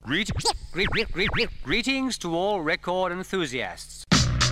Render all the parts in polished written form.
Greetings to all record enthusiasts.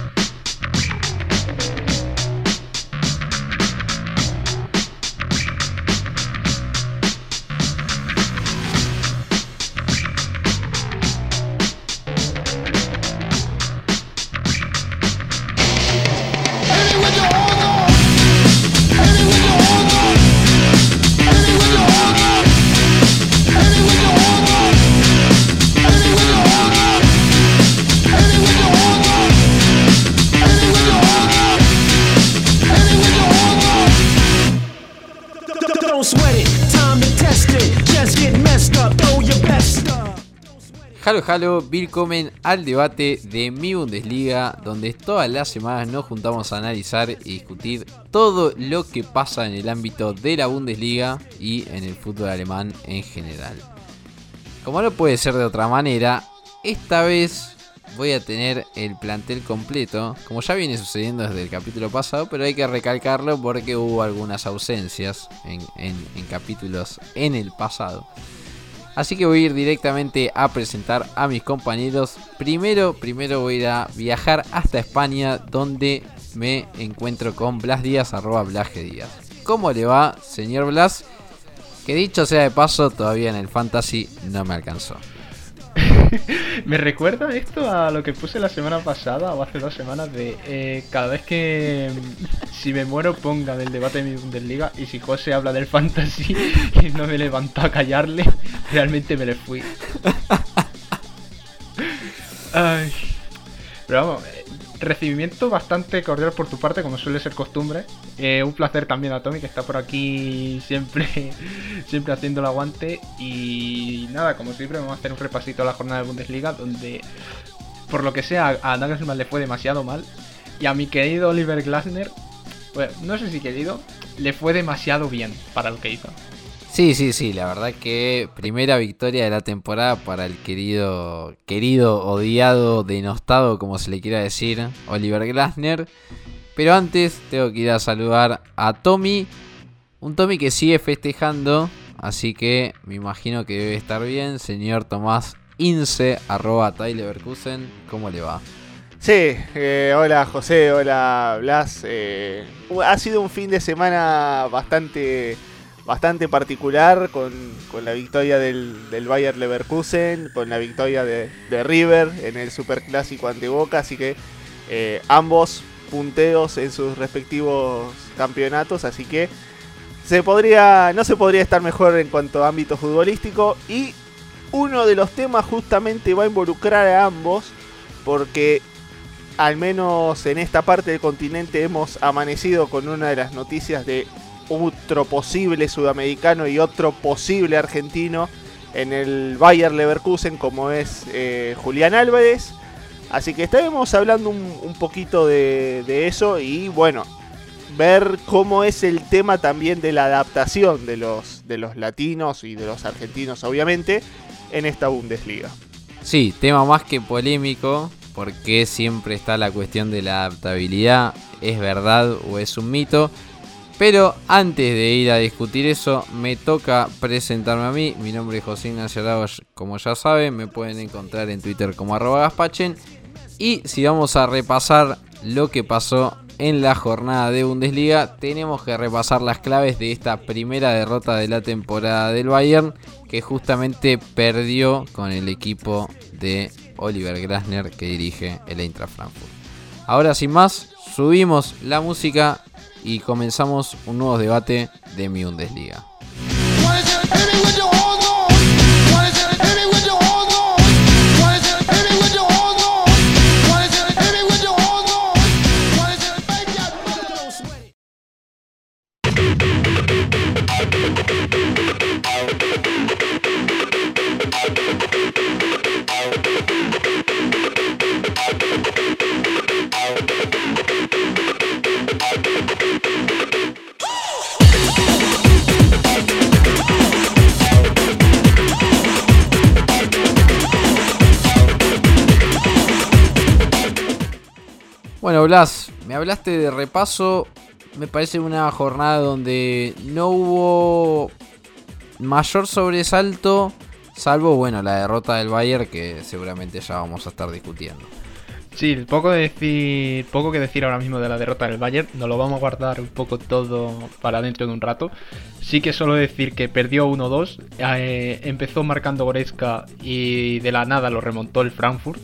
Halo, willkommen al debate de mi Bundesliga, donde todas las semanas nos juntamos a analizar y discutir todo lo que pasa en el ámbito de la Bundesliga y en el fútbol alemán en general. Como no puede ser de otra manera, esta vez voy a tener el plantel completo, como ya viene sucediendo desde el capítulo pasado, pero hay que recalcarlo porque hubo algunas ausencias en capítulos en el pasado. Así que voy a ir directamente a presentar a mis compañeros. Primero voy a ir a viajar hasta España, donde me encuentro con Blas Díaz, @BlasGDíaz. ¿Cómo le va, señor Blas? Que dicho sea de paso, todavía en el Fantasy no me alcanzó. Me recuerda esto a lo que puse la semana pasada o hace 2 semanas de cada vez que si me muero ponga del debate de mi Bundesliga, y si José habla del Fantasy y no me levantó a callarle, realmente me le fui. Ay. Pero vamos, recibimiento bastante cordial por tu parte, como suele ser costumbre. Un placer también a Tommy, que está por aquí siempre haciendo el aguante. Y nada, como siempre vamos a hacer un repasito a la jornada de Bundesliga, donde por lo que sea a Nagelsmann le fue demasiado mal, y a mi querido Oliver Glasner, bueno, no sé si querido, le fue demasiado bien para lo que hizo. Sí, la verdad que primera victoria de la temporada para el querido, odiado, denostado, como se le quiera decir, Oliver Glasner. Pero antes tengo que ir a saludar a Tommy, un Tommy que sigue festejando, así que me imagino que debe estar bien. Señor Tomás Ince, @TyleverKusen, ¿cómo le va? Sí, hola José, hola Blas. Ha sido un fin de semana bastante particular, con la victoria del Bayer Leverkusen, con la victoria de River en el Superclásico ante Boca, así que ambos punteros en sus respectivos campeonatos, así que no se podría estar mejor en cuanto a ámbito futbolístico. Y uno de los temas justamente va a involucrar a ambos, porque al menos en esta parte del continente hemos amanecido con una de las noticias de otro posible sudamericano y otro posible argentino en el Bayer Leverkusen, como es Julián Álvarez. Así que estaremos hablando un poquito de eso, y bueno, ver cómo es el tema también de la adaptación de los latinos y de los argentinos, obviamente, en esta Bundesliga. Sí, tema más que polémico, porque siempre está la cuestión de la adaptabilidad. ¿Es verdad o es un mito? Pero antes de ir a discutir eso, me toca presentarme a mí. Mi nombre es José Ignacio Arauz, como ya saben, me pueden encontrar en Twitter como @Gaspachen. Y si vamos a repasar lo que pasó en la jornada de Bundesliga, tenemos que repasar las claves de esta primera derrota de la temporada del Bayern, que justamente perdió con el equipo de Oliver Glasner, que dirige el Eintracht Frankfurt. Ahora, sin más, subimos la música y comenzamos un nuevo debate de mi Bundesliga. Bueno, Blas, me hablaste de repaso. Me parece una jornada donde no hubo mayor sobresalto, Salvo, bueno, la derrota del Bayern, que seguramente ya vamos a estar discutiendo. Sí, poco que decir ahora mismo de la derrota del Bayern. Nos lo vamos a guardar un poco todo para dentro de un rato. Sí que solo decir que perdió 1-2. Empezó marcando Goretzka y de la nada lo remontó el Frankfurt.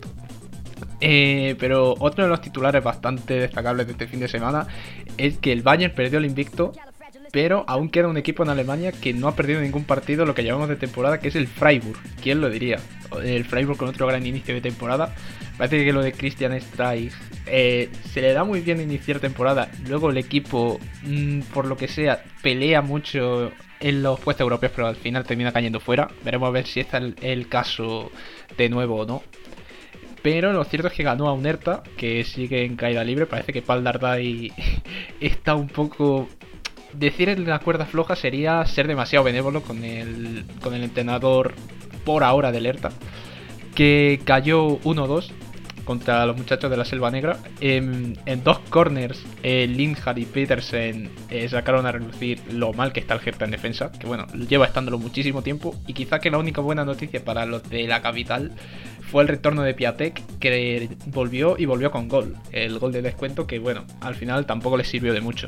Pero otro de los titulares bastante destacables de este fin de semana es que el Bayern perdió el invicto, pero aún queda un equipo en Alemania que no ha perdido ningún partido lo que llevamos de temporada, que es el Freiburg. ¿Quién lo diría? El Freiburg con otro gran inicio de temporada. Parece que lo de Christian Streich se le da muy bien iniciar temporada. Luego el equipo, por lo que sea, pelea mucho en los puestos europeos, pero al final termina cayendo fuera. Veremos a ver si está el caso de nuevo o no. Pero lo cierto es que ganó a un Hertha, que sigue en caída libre. Parece que Pal Dardai está un poco... Decir en la cuerda floja sería ser demasiado benévolo con el entrenador por ahora del Hertha, que cayó 1-2 contra los muchachos de la Selva Negra. En dos corners, Lindhardt y Petersen sacaron a relucir lo mal que está el Hertha en defensa, que bueno, lleva estándolo muchísimo tiempo. Y quizá que la única buena noticia para los de la capital fue el retorno de Piatek, que volvió con gol. El gol de descuento que bueno, al final tampoco les sirvió de mucho.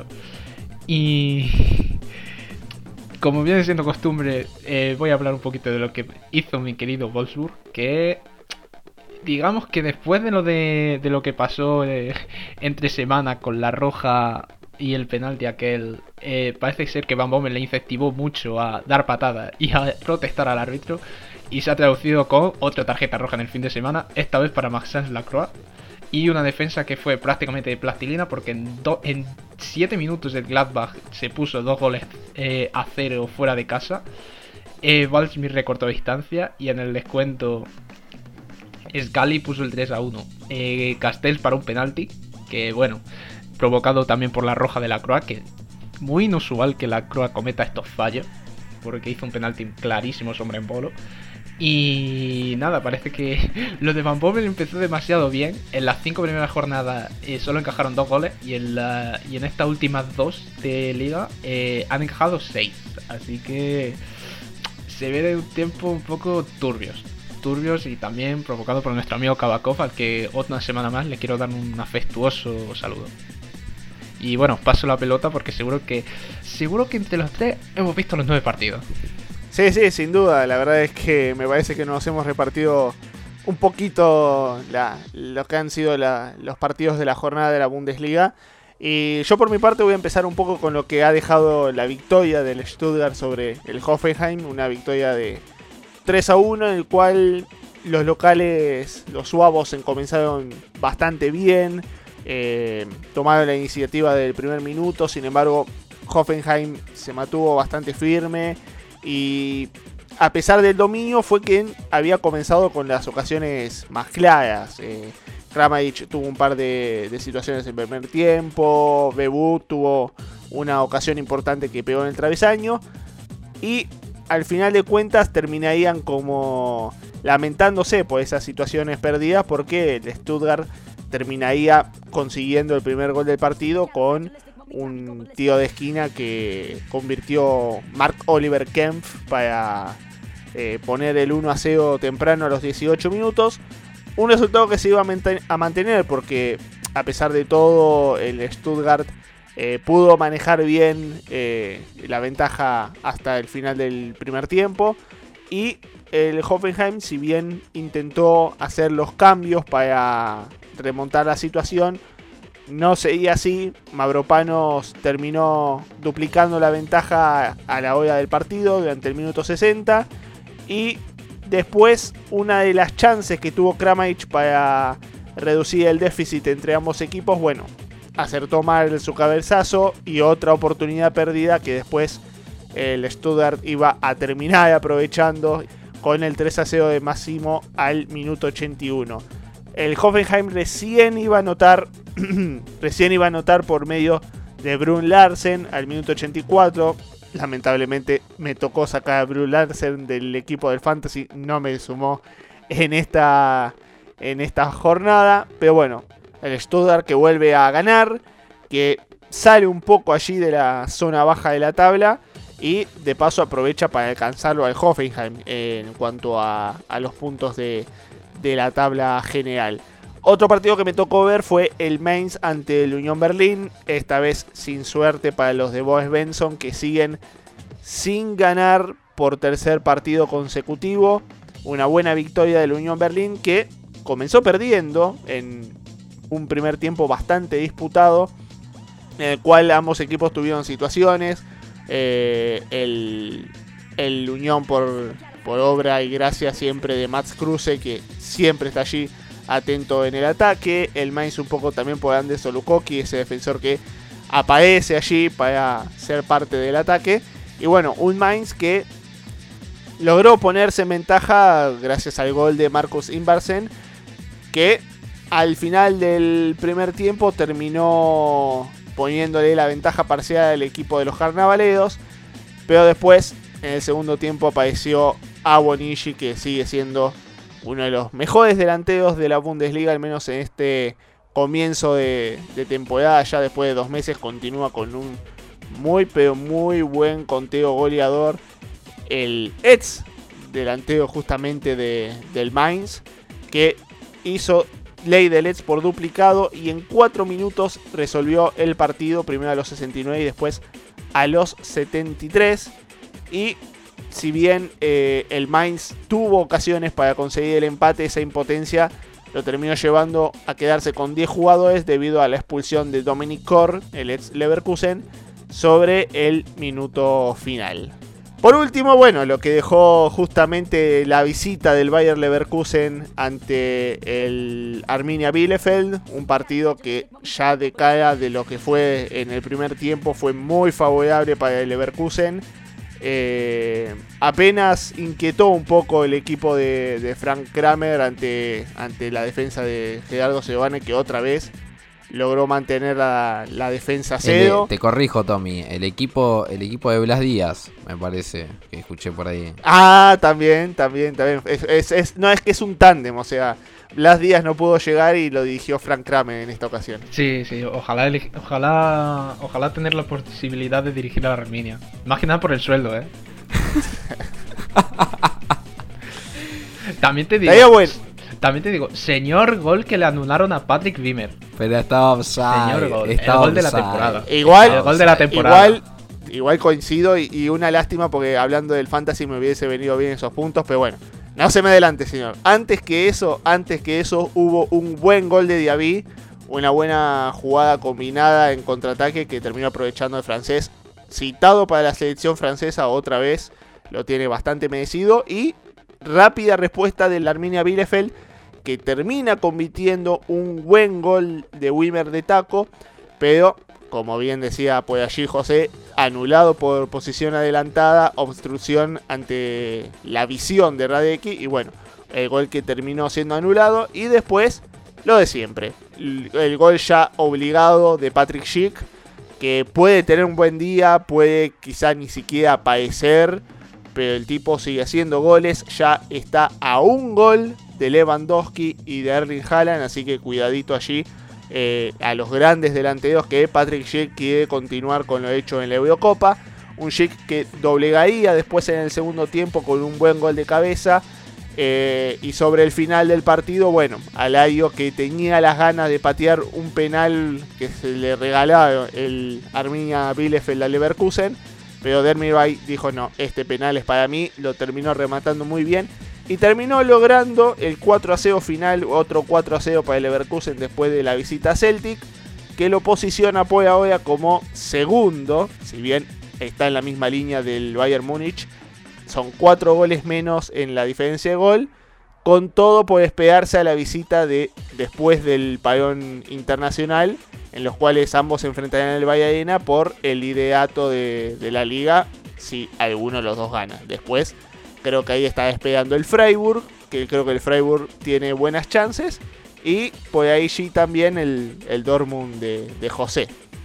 Y como viene siendo costumbre, voy a hablar un poquito de lo que hizo mi querido Wolfsburg, que digamos que después de lo que pasó entre semana con la roja y el penalti aquel, parece ser que Van Bommel le incentivó mucho a dar patadas y a protestar al árbitro, y se ha traducido con otra tarjeta roja en el fin de semana, esta vez para Maxence Lacroix. Y una defensa que fue prácticamente de plastilina, porque en 7 minutos el Gladbach se puso 2-0 fuera de casa. Valsmir recortó distancia y en el descuento Scully puso el 3-1. Castells para un penalti, que bueno, provocado también por la roja de Lacroix, que muy inusual que Lacroix cometa estos fallos, porque hizo un penalti clarísimo sobre en polo. Y nada, parece que lo de Van Bommel empezó demasiado bien. En las 5 primeras jornadas solo encajaron 2 goles y en estas últimas 2 de liga han encajado 6. Así que se ve de un tiempo un poco turbios y también provocado por nuestro amigo Kabakov, al que otra semana más le quiero dar un afectuoso saludo. Y bueno, paso la pelota porque seguro que entre los tres hemos visto los 9 partidos. Sí, sin duda. La verdad es que me parece que nos hemos repartido un poquito lo que han sido los partidos de la jornada de la Bundesliga. Y yo por mi parte voy a empezar un poco con lo que ha dejado la victoria del Stuttgart sobre el Hoffenheim. Una victoria de 3-1 en el cual los locales, los suavos, comenzaron bastante bien. Tomaron la iniciativa del primer minuto. Sin embargo, Hoffenheim se mantuvo bastante firme. Y a pesar del dominio, fue quien había comenzado con las ocasiones más claras. Kramaric tuvo un par de situaciones en el primer tiempo. Bebu tuvo una ocasión importante que pegó en el travesaño. Y al final de cuentas terminarían como lamentándose por esas situaciones perdidas, porque el Stuttgart terminaría consiguiendo el primer gol del partido con un tiro de esquina que convirtió Marc-Oliver Kempf para poner el 1-0 temprano a los 18 minutos. Un resultado que se iba a mantener porque a pesar de todo el Stuttgart pudo manejar bien la ventaja hasta el final del primer tiempo. Y el Hoffenheim, si bien intentó hacer los cambios para remontar la situación, no seguía así. Mavropanos terminó duplicando la ventaja a la hora del partido durante el minuto 60. Y después, una de las chances que tuvo Kramaric para reducir el déficit entre ambos equipos, bueno, acertó mal su cabezazo. Y otra oportunidad perdida que después el Stuttgart iba a terminar aprovechando con el 3-0 de Massimo al minuto 81. El Hoffenheim recién iba a anotar por medio de Brun Larsen al minuto 84. Lamentablemente me tocó sacar a Brun Larsen del equipo del Fantasy, no me sumó en esta jornada. Pero bueno, el Stuttgart que vuelve a ganar, que sale un poco allí de la zona baja de la tabla y de paso aprovecha para alcanzarlo al Hoffenheim en cuanto a los puntos de la tabla general. Otro partido que me tocó ver fue el Mainz ante el Unión Berlín, esta vez sin suerte para los de Bo Svensson, que siguen sin ganar por tercer partido consecutivo. Una buena victoria del Unión Berlín, que comenzó perdiendo en un primer tiempo bastante disputado, en el cual ambos equipos tuvieron situaciones. El Unión por obra y gracia siempre de Mats Kruse, que siempre está allí atento en el ataque. El Mainz un poco también por Anders Olukoki, ese defensor que aparece allí para ser parte del ataque. Y bueno, un Mainz que logró ponerse en ventaja gracias al gol de Marcus Invarsen, que al final del primer tiempo terminó poniéndole la ventaja parcial al equipo de los carnavaleros. Pero después, en el segundo tiempo, apareció Abonishi, que sigue siendo uno de los mejores delanteros de la Bundesliga, al menos en este comienzo de temporada. Ya después de 2 meses continúa con un muy pero muy buen conteo goleador. El ex delantero justamente del Mainz, que hizo ley del ex por duplicado y en 4 minutos resolvió el partido, primero a los 69 y después a los 73. Y si bien el Mainz tuvo ocasiones para conseguir el empate, esa impotencia lo terminó llevando a quedarse con 10 jugadores debido a la expulsión de Dominic Kor, el ex Leverkusen, sobre el minuto final. Por último, bueno, lo que dejó justamente la visita del Bayer Leverkusen ante el Arminia Bielefeld, un partido que ya de cara de lo que fue en el primer tiempo fue muy favorable para el Leverkusen. Apenas inquietó un poco el equipo de Frank Kramer ante la defensa de Gerardo Seoane, que otra vez logró mantener la defensa a cero. Te corrijo, Tommy, el equipo de Blas Díaz, me parece que escuché por ahí. También. No, es que es un tándem, o sea, Blas Díaz no pudo llegar y lo dirigió Frank Kramer en esta ocasión. Sí, ojalá tener la posibilidad de dirigir a la Arminia. Más que nada por el sueldo, También te digo, señor gol que le anularon a Patrick Wimmer. Pero estaba offside. Señor gol, el gol de la temporada. El gol de la temporada. Igual coincido y una lástima porque hablando del fantasy me hubiese venido bien esos puntos, pero bueno. No se me adelante, señor. Antes que eso hubo un buen gol de Diaby, una buena jugada combinada en contraataque que terminó aprovechando el francés, citado para la selección francesa otra vez, lo tiene bastante merecido, y rápida respuesta del Arminia Bielefeld, que termina convirtiendo un buen gol de Wimmer de taco, pero como bien decía por allí José, anulado por posición adelantada, obstrucción ante la visión de Radecki, y bueno, el gol que terminó siendo anulado. Y después, lo de siempre, el gol ya obligado de Patrick Schick, que puede tener un buen día, puede quizá ni siquiera aparecer, pero el tipo sigue haciendo goles, ya está a un gol de Lewandowski y de Erling Haaland, así que cuidadito allí. A los grandes delanteros, que Patrick Schick quiere continuar con lo hecho en la Eurocopa. Un Schick que doblegaría después en el segundo tiempo con un buen gol de cabeza. Y sobre el final del partido, bueno, Alario, que tenía las ganas de patear un penal que se le regalaba el Arminia Bielefeld a Leverkusen, pero Demirbay dijo no, este penal es para mí, lo terminó rematando muy bien. Y terminó logrando el 4-0 final, otro 4-0 para el Leverkusen después de la visita a Celtic, que lo posiciona por ahora como segundo, si bien está en la misma línea del Bayern Múnich. Son 4 goles menos en la diferencia de gol, con todo por esperarse a la visita de después del parón internacional, en los cuales ambos se enfrentarán en el Valle Arena por el liderato de la liga, si alguno de los dos gana. Después creo que ahí está esperando el Freiburg, que creo que el Freiburg tiene buenas chances. Y por ahí sí también el Dortmund de José.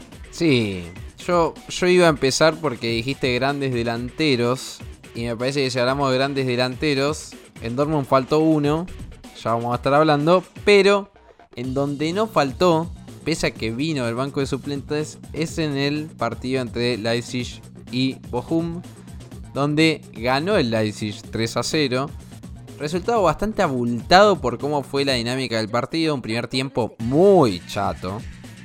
Sí, yo iba a empezar porque dijiste grandes delanteros. Y me parece que si hablamos de grandes delanteros, en Dortmund faltó uno, ya vamos a estar hablando. Pero en donde no faltó, pese a que vino del banco de suplentes, es en el partido entre Leipzig y Bochum, donde ganó el Leipzig 3-0. Resultado bastante abultado por cómo fue la dinámica del partido. Un primer tiempo muy chato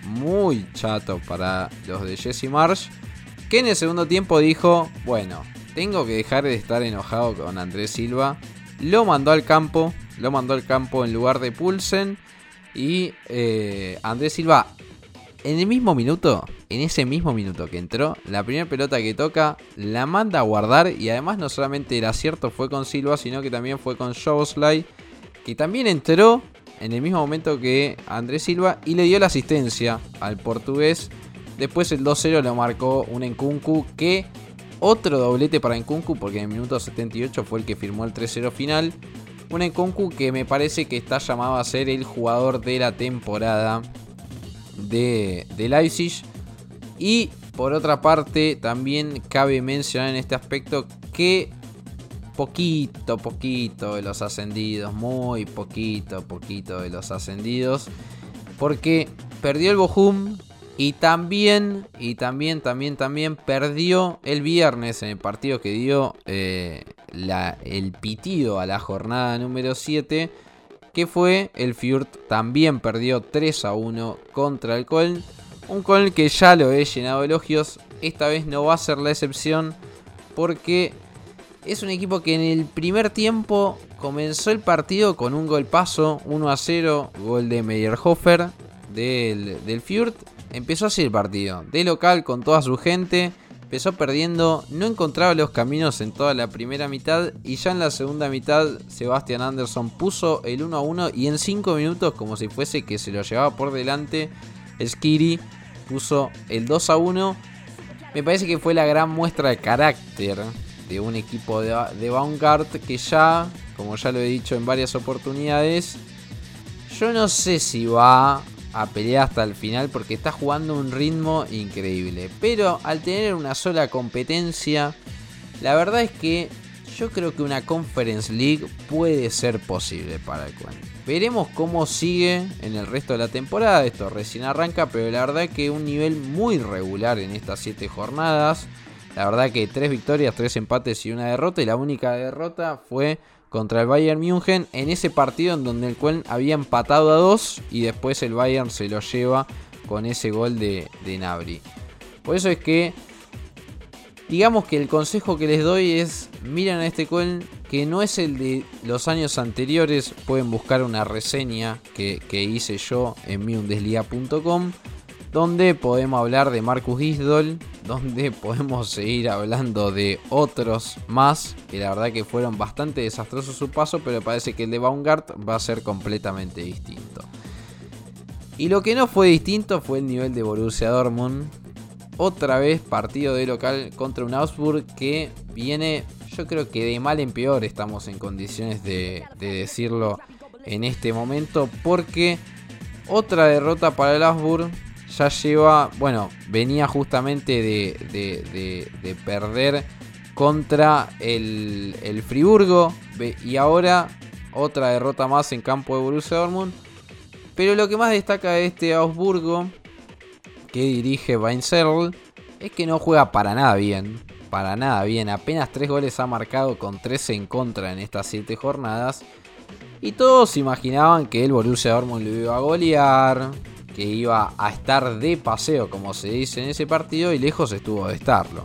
para los de Jesse Marsch, que en el segundo tiempo dijo, bueno, tengo que dejar de estar enojado con Andrés Silva. Lo mandó al campo en lugar de Poulsen. Y Andrés Silva, en ese mismo minuto que entró, la primera pelota que toca la manda a guardar. Y además no solamente el acierto fue con Silva, sino que también fue con Szoboszlai, que también entró en el mismo momento que Andrés Silva y le dio la asistencia al portugués. Después el 2-0 lo marcó un Nkunku, que otro doblete para Nkunku, porque en el minuto 78 fue el que firmó el 3-0 final. Un Nkunku que me parece que está llamado a ser el jugador de la temporada de Leipzig. Y por otra parte también cabe mencionar en este aspecto que poquito de los ascendidos, muy poquito de los ascendidos, porque perdió el Bochum y también perdió el viernes en el partido que dio el pitido a la jornada número 7, que fue el Fürth. También perdió 3-1 contra el Köln. Un Köln que ya lo he llenado de elogios. Esta vez no va a ser la excepción, porque es un equipo que en el primer tiempo comenzó el partido con un golpazo, 1-0, gol de Meyerhofer del Fürth. Empezó así el partido, de local con toda su gente. Empezó perdiendo, no encontraba los caminos en toda la primera mitad. Y ya en la segunda mitad Sebastian Andersson puso el 1-1. Y en 5 minutos, como si fuese que se lo llevaba por delante, Skhiri puso el 2-1. Me parece que fue la gran muestra de carácter de un equipo de Baumgart, que ya, como ya lo he dicho en varias oportunidades, yo no sé si va a pelear hasta el final, porque está jugando un ritmo increíble. Pero al tener una sola competencia, la verdad es que yo creo que una Conference League puede ser posible para el Köln. Veremos cómo sigue en el resto de la temporada. Esto recién arranca, pero la verdad que un nivel muy regular en estas 7 jornadas. La verdad que 3 victorias, 3 empates y 1 derrota. Y la única derrota fue contra el Bayern München, en ese partido en donde el Köln había empatado a 2 y después el Bayern se lo lleva con ese gol de Gnabry. Por eso es que, digamos que el consejo que les doy es: miren a este Köln, que no es el de los años anteriores. Pueden buscar una reseña que hice yo en miundesliga.com, donde podemos hablar de Marcus Gisdol, donde podemos seguir hablando de otros más, que la verdad que fueron bastante desastrosos su paso, pero parece que el de Baumgart va a ser completamente distinto. Y lo que no fue distinto fue el nivel de Borussia Dortmund. Otra vez partido de local contra un Augsburg que viene, yo creo que de mal en peor, estamos en condiciones de decirlo en este momento, porque otra derrota para el Augsburg. Ya lleva, venía justamente de perder contra el Friburgo, y ahora otra derrota más en campo de Borussia Dortmund. Pero lo que más destaca de este Augsburgo, que dirige Weinzierl, es que no juega para nada bien. Apenas 3 goles ha marcado, con 13 en contra en estas 7 jornadas. Y todos imaginaban que el Borussia Dortmund lo iba a golear, que iba a estar de paseo, como se dice en ese partido, y lejos estuvo de estarlo.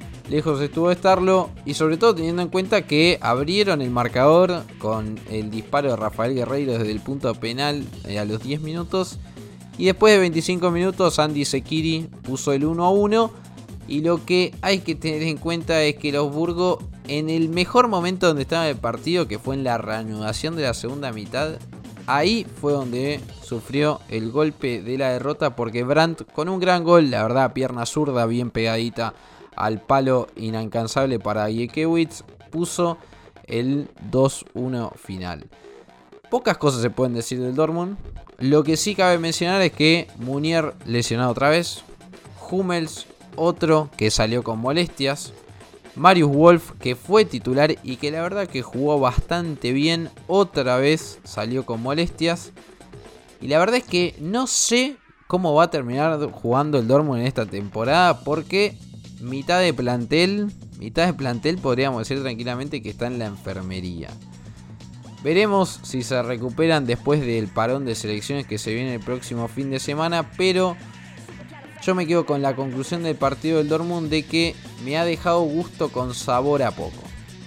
Y sobre todo teniendo en cuenta que abrieron el marcador con el disparo de Rafael Guerreiro desde el punto penal a los 10 minutos. Y después de 25 minutos Andy Sekiri puso el 1-1. Y lo que hay que tener en cuenta es que el Augsburgo, en el mejor momento donde estaba el partido, que fue en la reanudación de la segunda mitad, ahí fue donde sufrió el golpe de la derrota, porque Brandt, con un gran gol, la verdad, pierna zurda bien pegadita al palo, inalcanzable para Giekewicz, puso el 2-1 final. Pocas cosas se pueden decir del Dortmund. Lo que sí cabe mencionar es que Munier lesionado otra vez, Hummels otro que salió con molestias, Marius Wolf, que fue titular y que la verdad que jugó bastante bien, otra vez salió con molestias. Y la verdad es que no sé cómo va a terminar jugando el Dortmund en esta temporada, porque mitad de plantel podríamos decir tranquilamente que está en la enfermería. Veremos si se recuperan después del parón de selecciones que se viene el próximo fin de semana, pero yo me quedo con la conclusión del partido del Dortmund de que me ha dejado gusto con sabor a poco.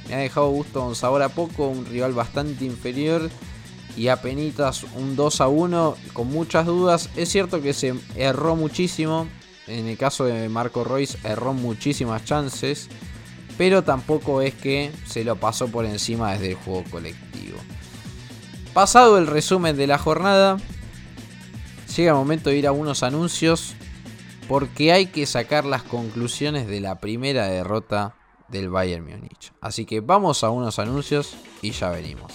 Un rival bastante inferior y apenitas un 2-1 con muchas dudas. Es cierto que se erró muchísimo. En el caso de Marco Reus erró muchísimas chances, pero tampoco es que se lo pasó por encima desde el juego colectivo. Pasado el resumen de la jornada, llega el momento de ir a unos anuncios, porque hay que sacar las conclusiones de la primera derrota del Bayern Múnich. Así que vamos a unos anuncios y ya venimos.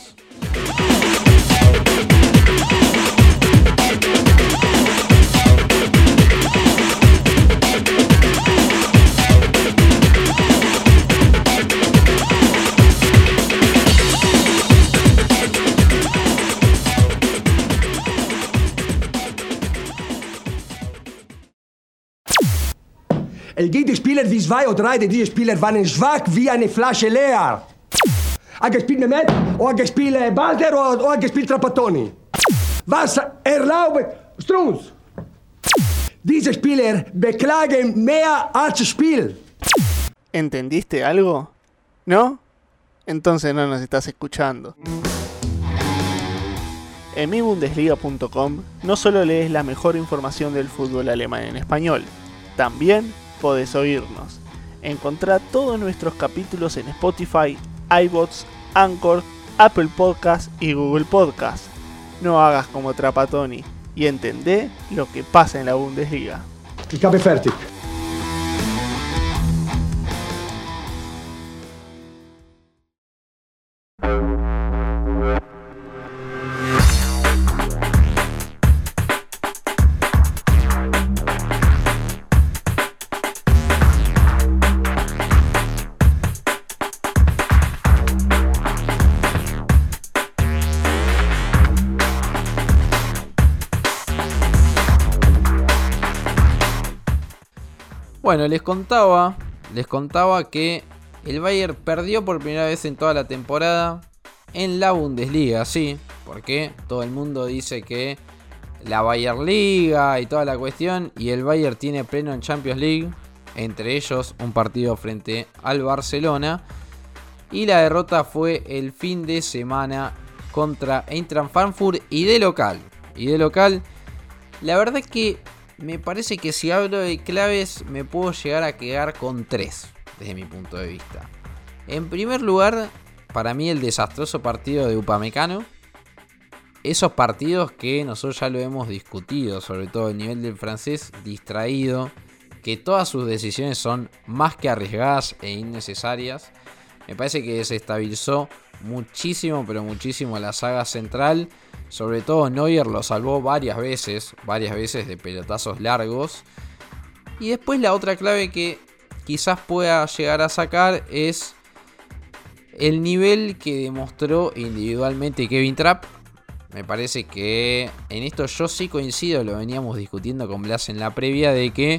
Es gibt Spieler wie 2 oder 3, diese Spieler waren schwach wie eine Flasche leer. Hat gespielt Mehmet, oder gespielt Balder, oder gespielt Trapattoni. Was erlaubt Strunz? Diese Spieler beklagen mehr als Spiel. ¿Entendiste algo? ¿No? Entonces no nos estás escuchando. En mibundesliga.com no solo lees la mejor información del fútbol alemán en español, también podés oírnos. Encontrá todos nuestros capítulos en Spotify, iVoox, Anchor, Apple Podcast y Google Podcast. No hagas como Trapattoni y entendé lo que pasa en la Bundesliga. Ich habe fertig. Bueno, les contaba que el Bayern perdió por primera vez en toda la temporada en la Bundesliga, sí, porque todo el mundo dice que la Bayern Liga y toda la cuestión, y el Bayern tiene pleno en Champions League, entre ellos un partido frente al Barcelona, y la derrota fue el fin de semana contra Eintracht Frankfurt y de local, la verdad es que me parece que si hablo de claves me puedo llegar a quedar con 3 desde mi punto de vista. En primer lugar, para mí el desastroso partido de Upamecano. Esos partidos que nosotros ya lo hemos discutido, sobre todo el nivel del francés distraído, que todas sus decisiones son más que arriesgadas e innecesarias. Me parece que desestabilizó muchísimo, pero muchísimo la saga central. Sobre todo Neuer lo salvó varias veces de pelotazos largos. Y después la otra clave que quizás pueda llegar a sacar es el nivel que demostró individualmente Kevin Trapp. Me parece que en esto yo sí coincido, lo veníamos discutiendo con Blas en la previa, de que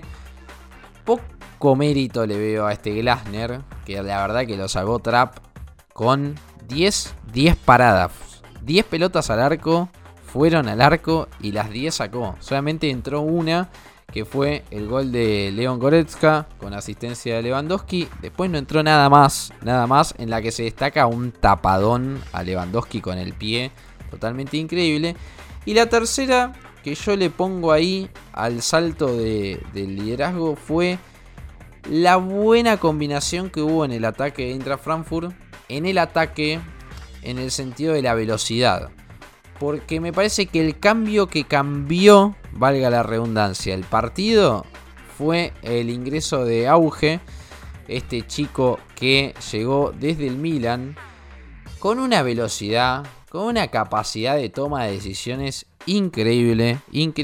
poco mérito le veo a este Glasner, que la verdad que lo salvó Trapp con 10 paradas. 10 pelotas al arco, fueron al arco y las 10 sacó. Solamente entró una, que fue el gol de Leon Goretzka con asistencia de Lewandowski. Después no entró nada más, en la que se destaca un tapadón a Lewandowski con el pie, totalmente increíble. Y la tercera que yo le pongo ahí al salto del liderazgo fue la buena combinación que hubo en el ataque de Eintracht Frankfurt. En el ataque, en el sentido de la velocidad, porque me parece que el cambio que cambió, valga la redundancia, el partido fue el ingreso de Auge, este chico que llegó desde el Milan con una velocidad, con una capacidad de toma de decisiones increíble,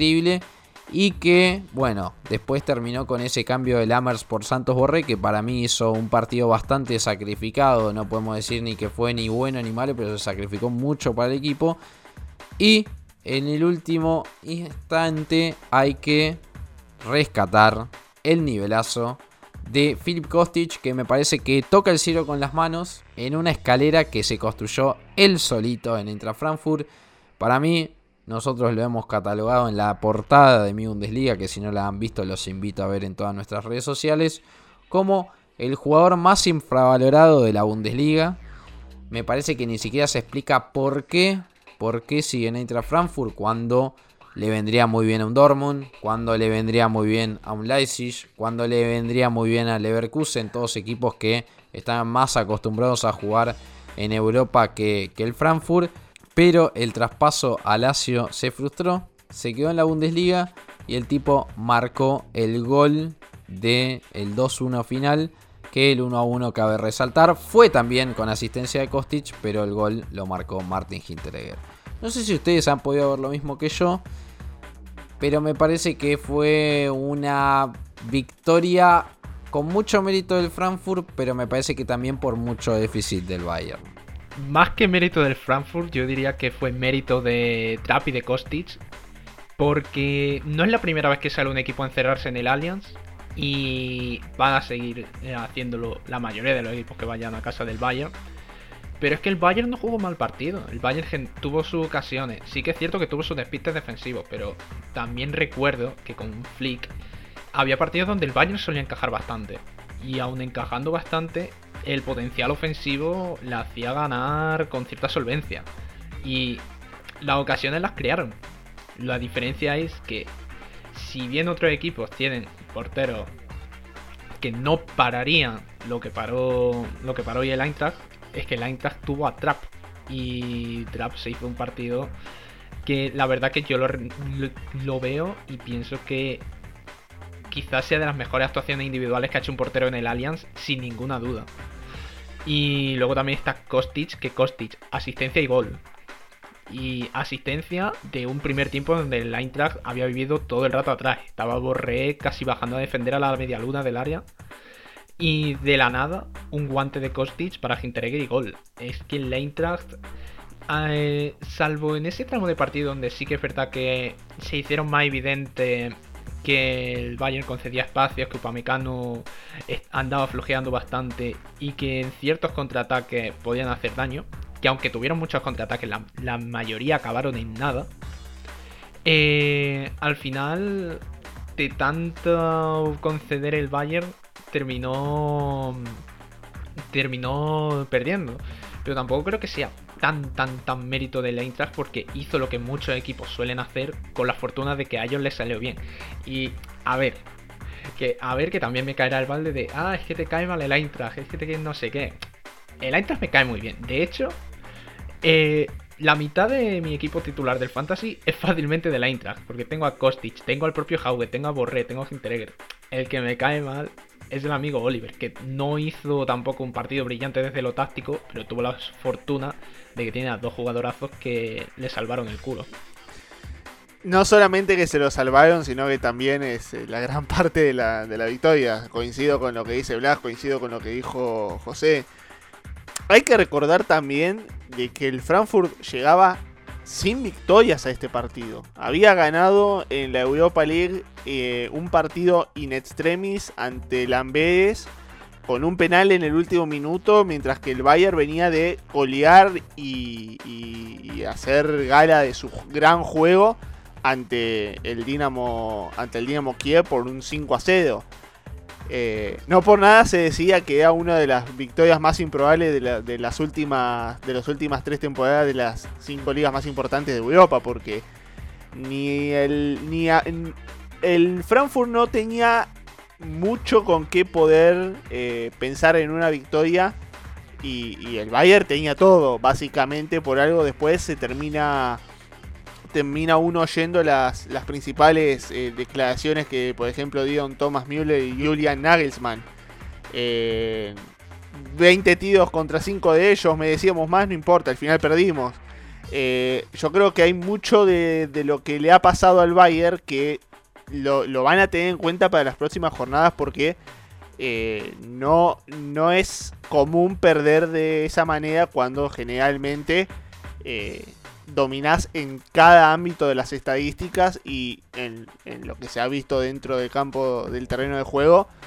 y que, bueno, después terminó con ese cambio de Lammers por Santos Borré, que para mí hizo un partido bastante sacrificado. No podemos decir ni que fue ni bueno ni malo, pero se sacrificó mucho para el equipo. Y en el último instante hay que rescatar el nivelazo de Filip Kostic, que me parece que toca el cielo con las manos en una escalera que se construyó él solito en Eintracht Frankfurt. Para mí, nosotros lo hemos catalogado en la portada de mi Bundesliga, que si no la han visto los invito a ver en todas nuestras redes sociales, como el jugador más infravalorado de la Bundesliga. Me parece que ni siquiera se explica por qué sigue en Eintracht Frankfurt cuando le vendría muy bien a un Dortmund, cuando le vendría muy bien a un Leipzig, cuando le vendría muy bien a Leverkusen, todos equipos que están más acostumbrados a jugar en Europa que el Frankfurt. Pero el traspaso a Lazio se frustró, se quedó en la Bundesliga y el tipo marcó el gol del 2-1 final, que el 1-1 cabe resaltar. Fue también con asistencia de Kostic, pero el gol lo marcó Martin Hinteregger. No sé si ustedes han podido ver lo mismo que yo, pero me parece que fue una victoria con mucho mérito del Frankfurt, pero me parece que también por mucho déficit del Bayern. Más que mérito del Frankfurt, yo diría que fue mérito de Trapp y de Kostic, porque no es la primera vez que sale un equipo a encerrarse en el Allianz y van a seguir haciéndolo la mayoría de los equipos que vayan a casa del Bayern. Pero es que el Bayern no jugó mal partido. El Bayern tuvo sus ocasiones. Sí que es cierto que tuvo sus despistes defensivos, pero también recuerdo que con Flick había partidos donde el Bayern solía encajar bastante. Y aún encajando bastante, el potencial ofensivo la hacía ganar con cierta solvencia. Y las ocasiones las crearon. La diferencia es que si bien otros equipos tienen porteros que no pararían lo que paró hoy el Eintracht, es que el Eintracht tuvo a Trapp y Trapp se hizo un partido que la verdad que yo lo veo y pienso que quizás sea de las mejores actuaciones individuales que ha hecho un portero en el Allianz, sin ninguna duda. Y luego también está Kostic, asistencia y gol. Y asistencia de un primer tiempo donde el Eintracht había vivido todo el rato atrás. Estaba Borré casi bajando a defender a la media luna del área. Y de la nada, un guante de Kostic para Hinteregger y gol. Es que el Eintracht, salvo en ese tramo de partido donde sí que es verdad que se hicieron más evidente que el Bayern concedía espacios, que Upamecano andaba flojeando bastante y que en ciertos contraataques podían hacer daño, que aunque tuvieron muchos contraataques, la mayoría acabaron en nada. Al final, de tanto conceder el Bayern, terminó perdiendo. Pero tampoco creo que sea tan mérito del Eintracht, porque hizo lo que muchos equipos suelen hacer con la fortuna de que a ellos les salió bien. Y a ver que también me caerá el balde de es que te cae mal el Eintracht, es que te no sé qué. El Eintracht me cae muy bien. De hecho, la mitad de mi equipo titular del Fantasy es fácilmente del Eintracht, porque tengo a Kostic, tengo al propio Hauge, tengo a Borré, tengo a Hinteregger. El que me cae mal es el amigo Oliver, que no hizo tampoco un partido brillante desde lo táctico, pero tuvo la fortuna de que tiene a dos jugadorazos que le salvaron el culo. No solamente que se lo salvaron, sino que también es la gran parte de la victoria. Coincido con lo que dice Blas, coincido con lo que dijo José. Hay que recordar también de que el Frankfurt llegaba sin victorias a este partido. Había ganado en la Europa League un partido in extremis ante el Amberes con un penal en el último minuto, mientras que el Bayern venía de golear y hacer gala de su gran juego ante el Dinamo Kiev por un 5-0. No por nada se decía que era una de las victorias más improbables de las últimas 3 temporadas de las 5 ligas más importantes de Europa, porque el Frankfurt no tenía mucho con qué poder pensar en una victoria, y el Bayern tenía todo. Básicamente, por algo después se termina uno oyendo las principales declaraciones que, por ejemplo, dieron Thomas Müller y Julian Nagelsmann. 20 tiros contra 5 de ellos, me decíamos más, no importa, al final perdimos. Yo creo que hay mucho de lo que le ha pasado al Bayern que lo van a tener en cuenta para las próximas jornadas, porque no es común perder de esa manera cuando generalmente dominás en cada ámbito de las estadísticas y en lo que se ha visto dentro del campo del terreno de juego.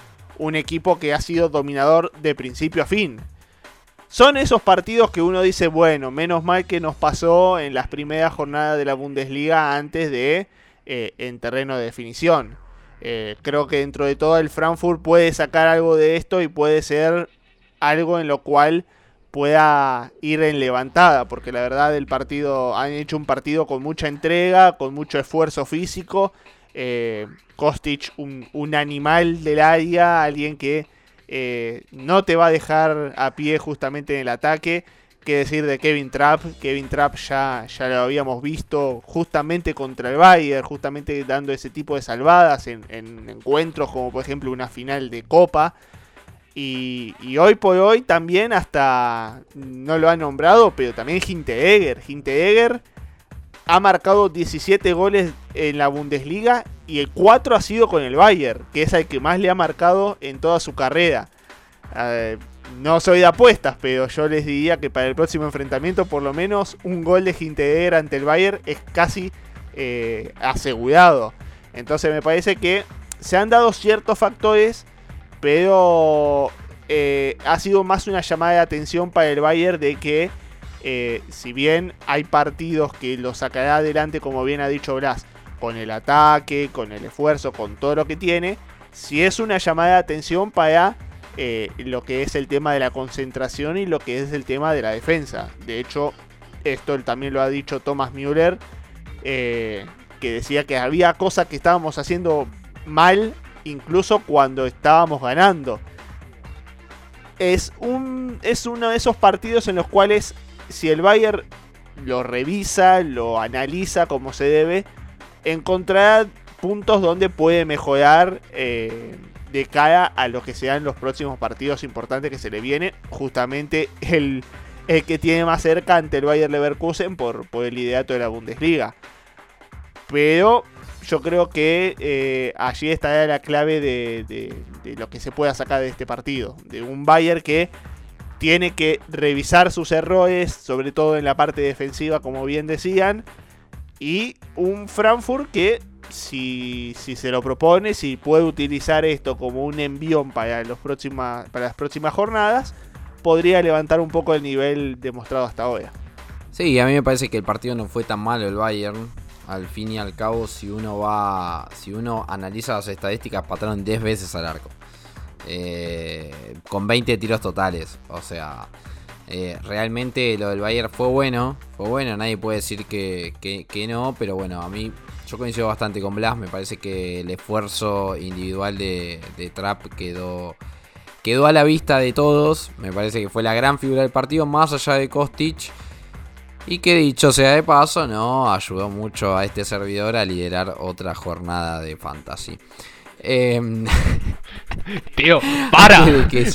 un equipo que ha sido dominador de principio a fin. Son esos partidos que uno dice, bueno, menos mal que nos pasó en las primeras jornadas de la Bundesliga antes de en terreno de definición. Creo que dentro de todo el Frankfurt puede sacar algo de esto y puede ser algo en lo cual pueda ir en levantada, porque la verdad han hecho un partido con mucha entrega, con mucho esfuerzo físico. Kostic, un animal del área, alguien que no te va a dejar a pie justamente en el ataque. Qué decir de Kevin Trapp. Kevin Trapp ya lo habíamos visto justamente contra el Bayern, justamente dando ese tipo de salvadas en encuentros como por ejemplo una final de Copa. Y hoy por hoy también, hasta no lo ha nombrado, pero también Hinteregger. Hinteregger ha marcado 17 goles en la Bundesliga y el 4 ha sido con el Bayern, que es el que más le ha marcado en toda su carrera. No soy de apuestas, pero yo les diría que para el próximo enfrentamiento por lo menos un gol de Hinteregger ante el Bayern es casi asegurado. Entonces me parece que se han dado ciertos factores, pero ha sido más una llamada de atención para el Bayern de que si bien hay partidos que lo sacará adelante, como bien ha dicho Blas, con el ataque, con el esfuerzo, con todo lo que tiene, si es una llamada de atención para lo que es el tema de la concentración y lo que es el tema de la defensa. De hecho, esto también lo ha dicho Thomas Müller, que decía que había cosas que estábamos haciendo mal incluso cuando estábamos ganando. Es uno de esos partidos en los cuales, si el Bayern lo revisa, lo analiza como se debe, encontrará puntos donde puede mejorar de cara a lo que sean los próximos partidos importantes que se le viene. Justamente el que tiene más cerca ante el Bayer Leverkusen por el liderato de la Bundesliga. Pero yo creo que allí estará la clave de lo que se pueda sacar de este partido. De un Bayern que tiene que revisar sus errores, sobre todo en la parte defensiva, como bien decían. Y un Frankfurt que, si se lo propone, si puede utilizar esto como un envión para las próximas jornadas, podría levantar un poco el nivel demostrado hasta ahora. Sí, a mí me parece que el partido no fue tan malo el Bayern. Al fin y al cabo, si uno analiza las estadísticas, patearon 10 veces al arco. Con 20 tiros totales. O sea, realmente lo del Bayern fue bueno. Nadie puede decir que no. Pero bueno, a mí, yo coincido bastante con Blas. Me parece que el esfuerzo individual de Trapp quedó a la vista de todos. Me parece que fue la gran figura del partido, más allá de Kostic. Y que, dicho sea de paso, no ayudó mucho a este servidor a liderar otra jornada de Fantasy. Tío, para.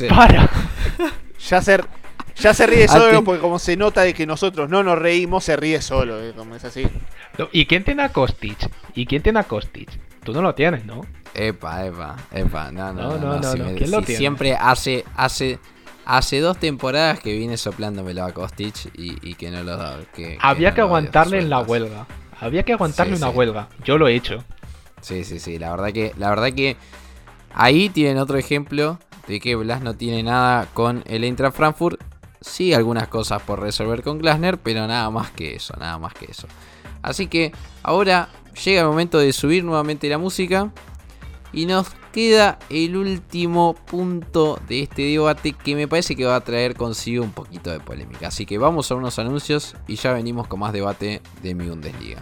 Ya se ríe solo, porque como se nota de que nosotros no nos reímos, se ríe solo, como es así. ¿Y quién tiene a Kostic? Tú no lo tienes, ¿no? Epa. No. ¿Quién lo tiene? Siempre hace 2 temporadas que viene soplándomelo a Kostic y que no lo da. Había que aguantarle en la huelga. Había que aguantarle una huelga. Yo lo he hecho. Sí. La verdad que ahí tienen otro ejemplo de que Blas no tiene nada con el Eintracht Frankfurt. Sí, algunas cosas por resolver con Glasner, pero nada más que eso. Así que ahora llega el momento de subir nuevamente la música. Y nos queda el último punto de este debate, que me parece que va a traer consigo un poquito de polémica. Así que vamos a unos anuncios y ya venimos con más debate de mi Bundesliga.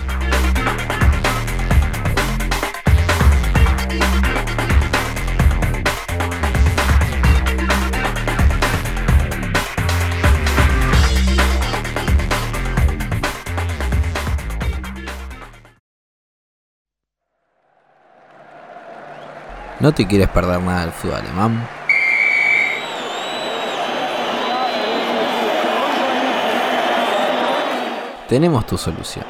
¿No te quieres perder nada del fútbol alemán? Tenemos tu solución.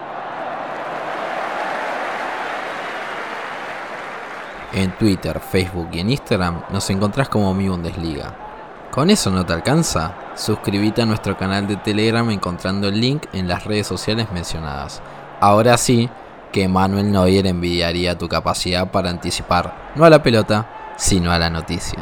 En Twitter, Facebook y en Instagram nos encontrás como Mi Bundesliga. ¿Con eso no te alcanza? Suscríbete a nuestro canal de Telegram encontrando el link en las redes sociales mencionadas. Ahora sí, que Manuel Neuer envidiaría tu capacidad para anticipar, no a la pelota, sino a la noticia.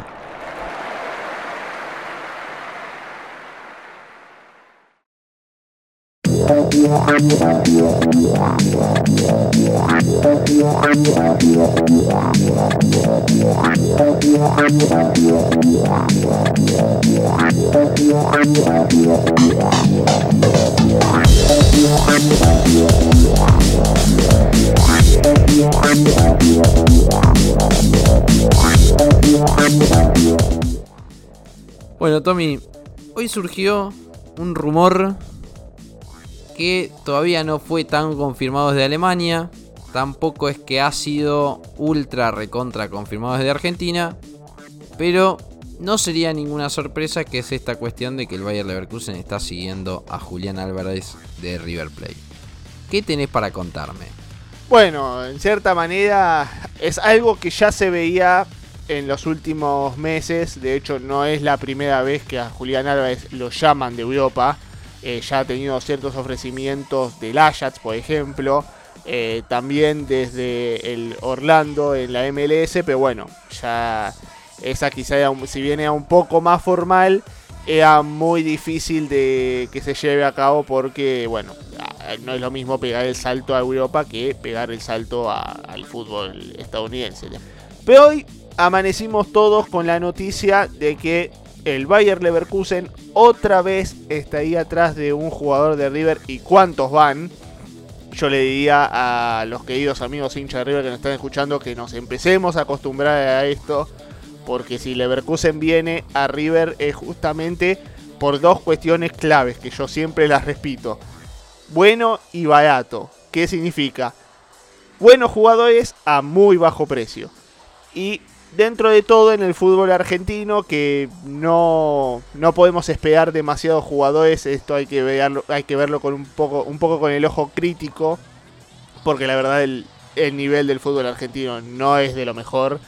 Bueno, Tommy, hoy surgió un rumor que todavía no fue tan confirmado desde Alemania, tampoco es que ha sido ultra recontra confirmado desde Argentina, pero no sería ninguna sorpresa que es esta cuestión de que el Bayer Leverkusen está siguiendo a Julián Álvarez de River Plate. ¿Qué tenés para contarme? Bueno, en cierta manera es algo que ya se veía en los últimos meses. De hecho, no es la primera vez que a Julián Álvarez lo llaman de Europa. Ya ha tenido ciertos ofrecimientos del Ajax, por ejemplo. También desde el Orlando en la MLS. Pero bueno, ya esa quizá era, si bien era un poco más formal, era muy difícil de que se lleve a cabo porque, bueno, no es lo mismo pegar el salto a Europa que pegar el salto al fútbol estadounidense. Pero hoy amanecimos todos con la noticia de que el Bayer Leverkusen otra vez estaría atrás de un jugador de River. ¿Y cuántos van? Yo le diría a los queridos amigos hinchas de River que nos están escuchando que nos empecemos a acostumbrar a esto, porque si Leverkusen viene a River es justamente por dos cuestiones claves que yo siempre las repito: bueno y barato. ¿Qué significa? Buenos jugadores a muy bajo precio. Y dentro de todo, en el fútbol argentino, que no podemos esperar demasiados jugadores, esto hay que verlo con un poco con el ojo crítico, porque la verdad el nivel del fútbol argentino no es de lo mejor.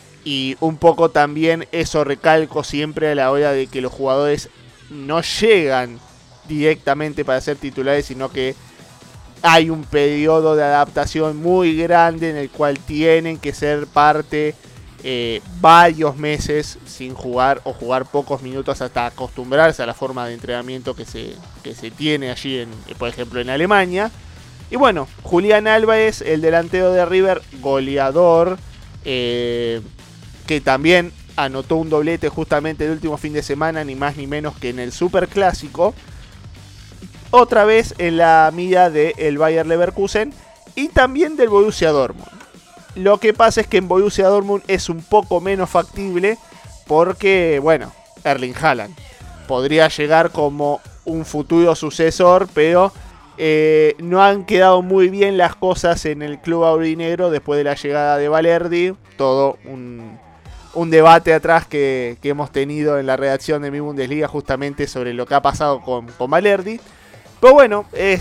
Y un poco también eso recalco siempre a la hora de que los jugadores no llegan directamente para ser titulares, sino que hay un periodo de adaptación muy grande en el cual tienen que ser parte varios meses sin jugar o jugar pocos minutos hasta acostumbrarse a la forma de entrenamiento que se tiene allí, por ejemplo en Alemania. Y bueno, Julián Álvarez, el delantero de River, goleador, que también anotó un doblete justamente el último fin de semana, ni más ni menos que en el Superclásico. Otra vez en la mira del Bayer Leverkusen y también del Borussia Dortmund. Lo que pasa es que en Borussia Dortmund es un poco menos factible porque, bueno, Erling Haaland podría llegar como un futuro sucesor, pero no han quedado muy bien las cosas en el club aurinegro después de la llegada de Valerdi. Todo un debate atrás que hemos tenido en la redacción de Mi Bundesliga justamente sobre lo que ha pasado con Valerdi. Pero bueno,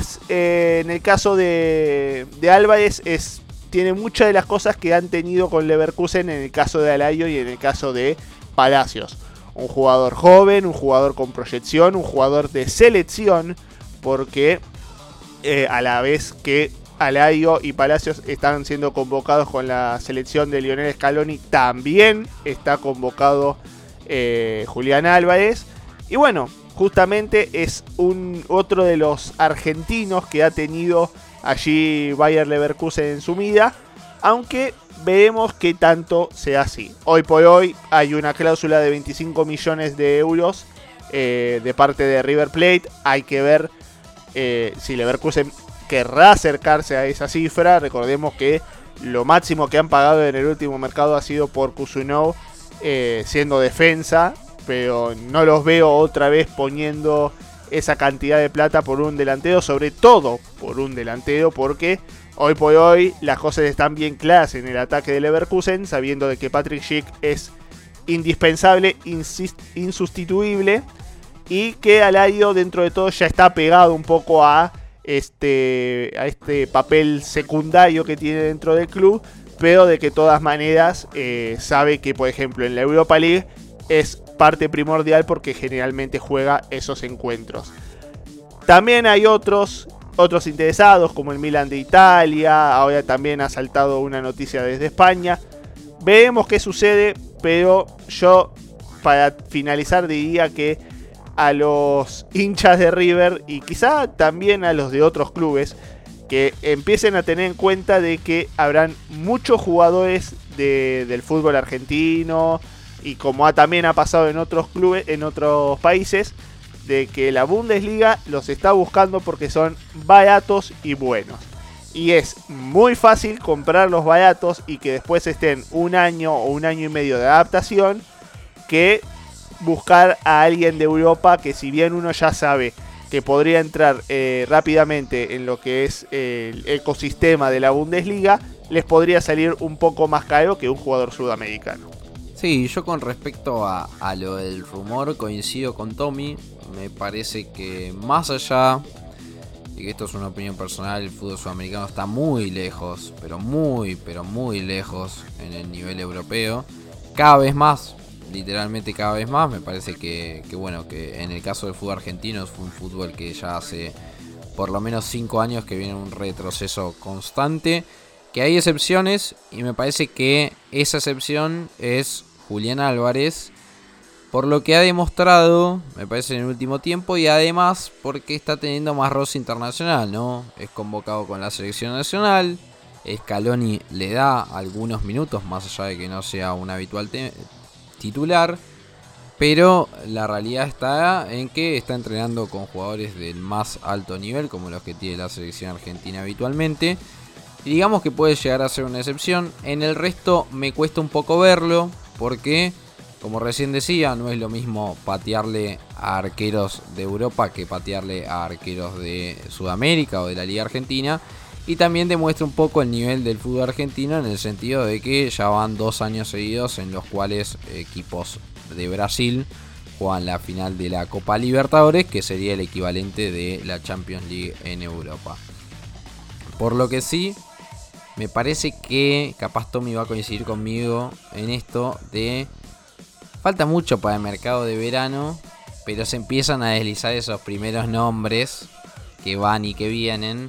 en el caso de Álvarez tiene muchas de las cosas que han tenido con Leverkusen en el caso de Alario y en el caso de Palacios. Un jugador joven, un jugador con proyección, un jugador de selección, porque a la vez que Alario y Palacios están siendo convocados con la selección de Lionel Scaloni, también está convocado Julián Álvarez. Y bueno, justamente es otro de los argentinos que ha tenido allí Bayer Leverkusen en su vida, aunque veremos qué tanto sea así. Hoy por hoy hay una cláusula de 25 millones de euros de parte de River Plate. Hay que ver si Leverkusen querrá acercarse a esa cifra. Recordemos que lo máximo que han pagado en el último mercado ha sido por Kusunov, siendo defensa, pero no los veo otra vez poniendo esa cantidad de plata por un delantero, sobre todo por un delantero, porque hoy por hoy las cosas están bien claras en el ataque de Leverkusen, sabiendo de que Patrick Schick es indispensable, insustituible, y que Alario dentro de todo ya está pegado un poco a este papel secundario que tiene dentro del club, pero de que de todas maneras sabe que, por ejemplo, en la Europa League es parte primordial porque generalmente juega esos encuentros. También hay otros interesados, como el Milan de Italia. Ahora también ha saltado una noticia desde España. Veremos qué sucede. pero yo para finalizar diría que a los hinchas de River y quizá también a los de otros clubes que empiecen a tener en cuenta de que habrán muchos jugadores del fútbol argentino y como también ha pasado en otros clubes, en otros países, de que la Bundesliga los está buscando porque son baratos y buenos. Y es muy fácil comprar los baratos y que después estén un año o un año y medio de adaptación que buscar a alguien de Europa que, si bien uno ya sabe que podría entrar rápidamente en lo que es el ecosistema de la Bundesliga, les podría salir un poco más caro que un jugador sudamericano. Sí, yo con respecto a lo del rumor coincido con Tommy. Me parece que más allá de que esto es una opinión personal, el fútbol sudamericano está muy lejos, pero muy lejos en el nivel europeo. Cada vez más, literalmente cada vez más. Me parece que bueno, que en el caso del fútbol argentino es un fútbol que ya hace por lo menos 5 años que viene un retroceso constante, que hay excepciones y me parece que esa excepción es Julián Álvarez, por lo que ha demostrado, me parece, en el último tiempo, y además porque está teniendo más roce internacional, ¿no? Es convocado con la selección nacional, Scaloni le da algunos minutos, más allá de que no sea un habitual titular, pero la realidad está en que está entrenando con jugadores del más alto nivel, como los que tiene la selección argentina habitualmente, y digamos que puede llegar a ser una excepción. En el resto me cuesta un poco verlo, porque, como recién decía, no es lo mismo patearle a arqueros de Europa que patearle a arqueros de Sudamérica o de la Liga Argentina. Y también demuestra un poco el nivel del fútbol argentino, en el sentido de que ya van 2 años seguidos en los cuales equipos de Brasil juegan la final de la Copa Libertadores, que sería el equivalente de la Champions League en Europa. Por lo que sí, me parece que capaz Tommy va a coincidir conmigo en esto de falta mucho para el mercado de verano, pero se empiezan a deslizar esos primeros nombres que van y que vienen,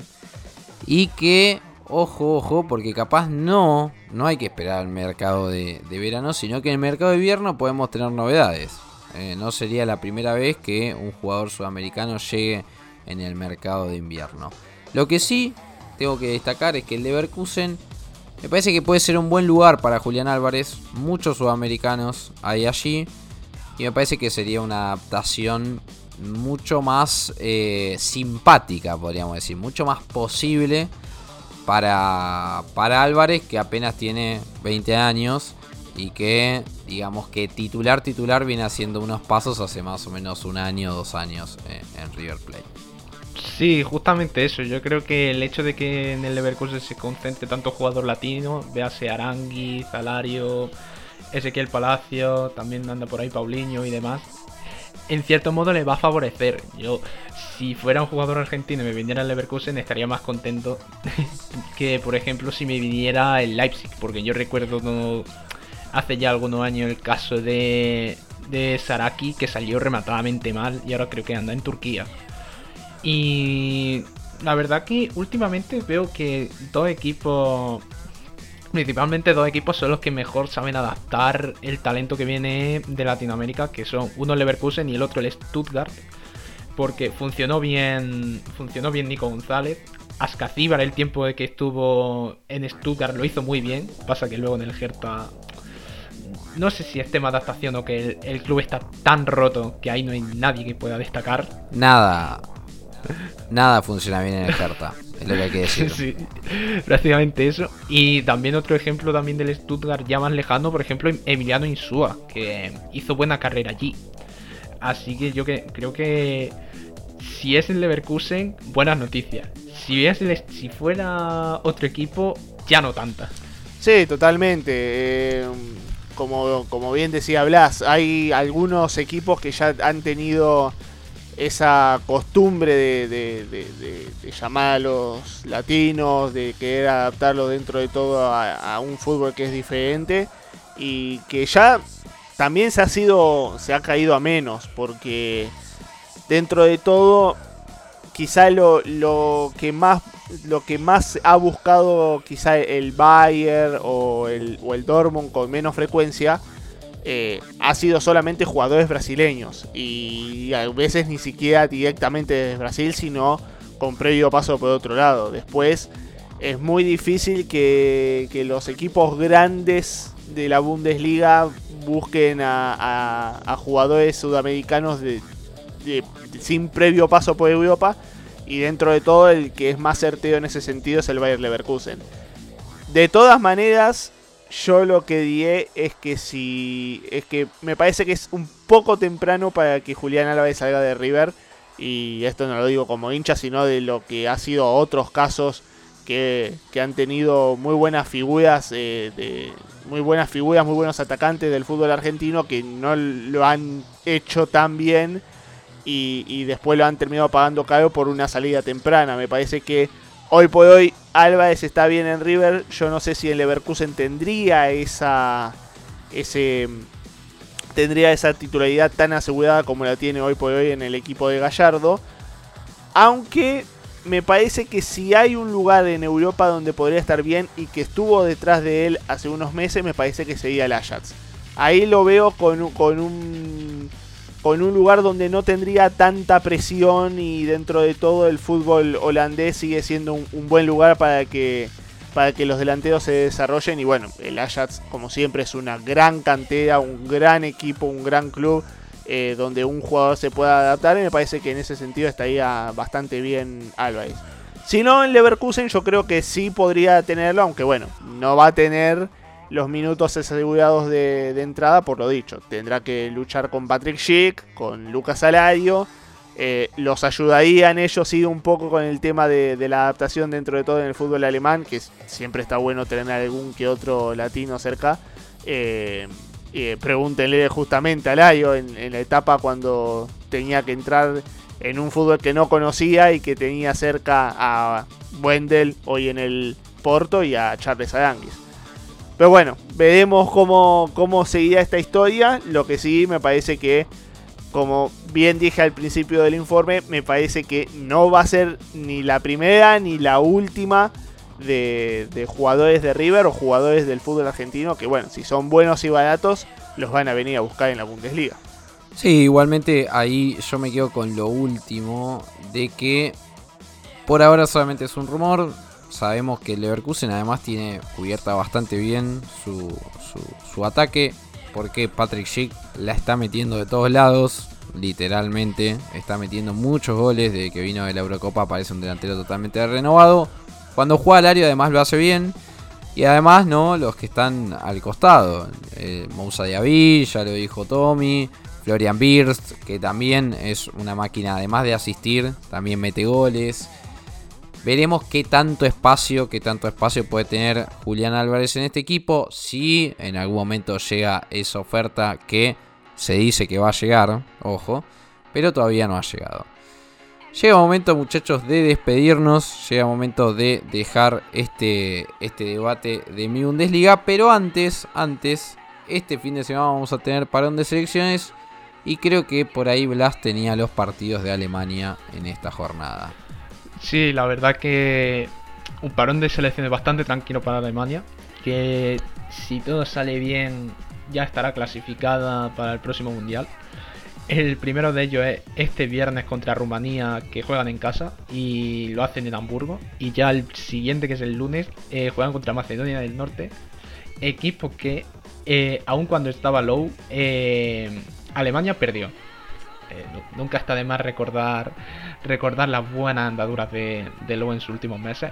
y que, ojo, porque capaz no hay que esperar al mercado de verano, sino que en el mercado de invierno podemos tener novedades. No sería la primera vez que un jugador sudamericano llegue en el mercado de invierno. Lo que sí tengo que destacar es que el Leverkusen me parece que puede ser un buen lugar para Julián Álvarez. Muchos sudamericanos hay allí y me parece que sería una adaptación mucho más simpática, podríamos decir, mucho más posible para Álvarez, que apenas tiene 20 años y que, digamos que titular viene haciendo unos pasos hace más o menos 1 año, 2 años en River Plate. Sí, justamente eso. Yo creo que el hecho de que en el Leverkusen se concentre tanto jugador latino, véase Arangui, Zalario, Ezequiel Palacio, también anda por ahí Paulinho y demás, en cierto modo le va a favorecer. Yo, si fuera un jugador argentino y me viniera el Leverkusen, estaría más contento que, por ejemplo, si me viniera el Leipzig, porque yo recuerdo hace ya algunos años el caso de Saraki, que salió rematadamente mal y ahora creo que anda en Turquía. Y la verdad que últimamente veo que principalmente dos equipos son los que mejor saben adaptar el talento que viene de Latinoamérica, que son uno el Leverkusen y el otro el Stuttgart, porque funcionó bien Nico González. Ascacíbar, el tiempo de que estuvo en Stuttgart, lo hizo muy bien. Pasa que luego en el Hertha, no sé si es tema de adaptación o que el club está tan roto que ahí no hay nadie que pueda destacar. Nada funciona bien en el Hertha, es lo que hay que decir. Sí, prácticamente eso. Y también otro ejemplo también del Stuttgart ya más lejano, por ejemplo, Emiliano Insúa, que hizo buena carrera allí. Así que yo creo que si es el Leverkusen, buenas noticias. Si fuera otro equipo, ya no tanta. Sí, totalmente. Como bien decía Blas, hay algunos equipos que ya han tenido esa costumbre de llamar a los latinos, de querer adaptarlo dentro de todo a un fútbol que es diferente, y que ya también se ha caído a menos, porque dentro de todo quizá lo que más ha buscado quizá el Bayern o el Dortmund con menos frecuencia ha sido solamente jugadores brasileños. Y a veces ni siquiera directamente desde Brasil, sino con previo paso por otro lado. Después es muy difícil que los equipos grandes de la Bundesliga busquen a jugadores sudamericanos sin previo paso por Europa. Y dentro de todo, el que es más certero en ese sentido es el Bayer Leverkusen. De todas maneras, yo lo que diré es que me parece que es un poco temprano para que Julián Álvarez salga de River. Y esto no lo digo como hincha, sino de lo que ha sido otros casos que han tenido muy buenas figuras, muy buenos atacantes del fútbol argentino que no lo han hecho tan bien y después lo han terminado pagando caro por una salida temprana. Me parece que hoy por hoy Álvarez está bien en River. Yo no sé si en Leverkusen tendría esa titularidad tan asegurada como la tiene hoy por hoy en el equipo de Gallardo. Aunque me parece que si hay un lugar en Europa donde podría estar bien y que estuvo detrás de él hace unos meses, me parece que sería el Ajax. Ahí lo veo con un lugar donde no tendría tanta presión y dentro de todo el fútbol holandés sigue siendo un buen lugar para que los delanteros se desarrollen. Y bueno, el Ajax como siempre es una gran cantera, un gran equipo, un gran club donde un jugador se pueda adaptar y me parece que en ese sentido estaría bastante bien Álvarez. Si no, en Leverkusen yo creo que sí podría tenerlo, aunque bueno, no va a tener los minutos asegurados de entrada por lo dicho. Tendrá que luchar con Patrick Schick, con Lucas Alario. Los ayudarían ellos sí un poco con el tema de la adaptación dentro de todo en el fútbol alemán, que siempre está bueno tener algún que otro latino cerca. Pregúntenle justamente a Alario en la etapa cuando tenía que entrar en un fútbol que no conocía y que tenía cerca a Wendel hoy en el Porto y a Charles Aranguis. Pero bueno, veremos cómo seguirá esta historia. Lo que sí me parece que, como bien dije al principio del informe, me parece que no va a ser ni la primera ni la última de jugadores de River o jugadores del fútbol argentino que, bueno, si son buenos y baratos, los van a venir a buscar en la Bundesliga. Sí, igualmente ahí yo me quedo con lo último de que por ahora solamente es un rumor. Sabemos que el Leverkusen además tiene cubierta bastante bien su ataque, porque Patrick Schick la está metiendo de todos lados, literalmente está metiendo muchos goles. Desde que vino de la Eurocopa parece un delantero totalmente renovado. Cuando juega al área además lo hace bien. Y además no los que están al costado, Moussa Diaby, ya lo dijo Tommy, Florian Wirtz, que también es una máquina, además de asistir, también mete goles. Veremos qué tanto espacio puede tener Julián Álvarez en este equipo. Si en algún momento llega esa oferta que se dice que va a llegar, ojo, pero todavía no ha llegado. Llega el momento, muchachos, de despedirnos. Llega el momento de dejar este debate de mi Bundesliga. Pero antes, este fin de semana vamos a tener parón de selecciones. Y creo que por ahí Blas tenía los partidos de Alemania en esta jornada. Sí, la verdad que un parón de selecciones bastante tranquilo para Alemania, que si todo sale bien ya estará clasificada para el próximo Mundial. El primero de ellos es este viernes contra Rumanía, que juegan en casa y lo hacen en Hamburgo. Y ya el siguiente, que es el lunes, juegan contra Macedonia del Norte, equipo que aun cuando estaba low, Alemania perdió. Nunca está de más recordar las buenas andaduras de Lowe en sus últimos meses.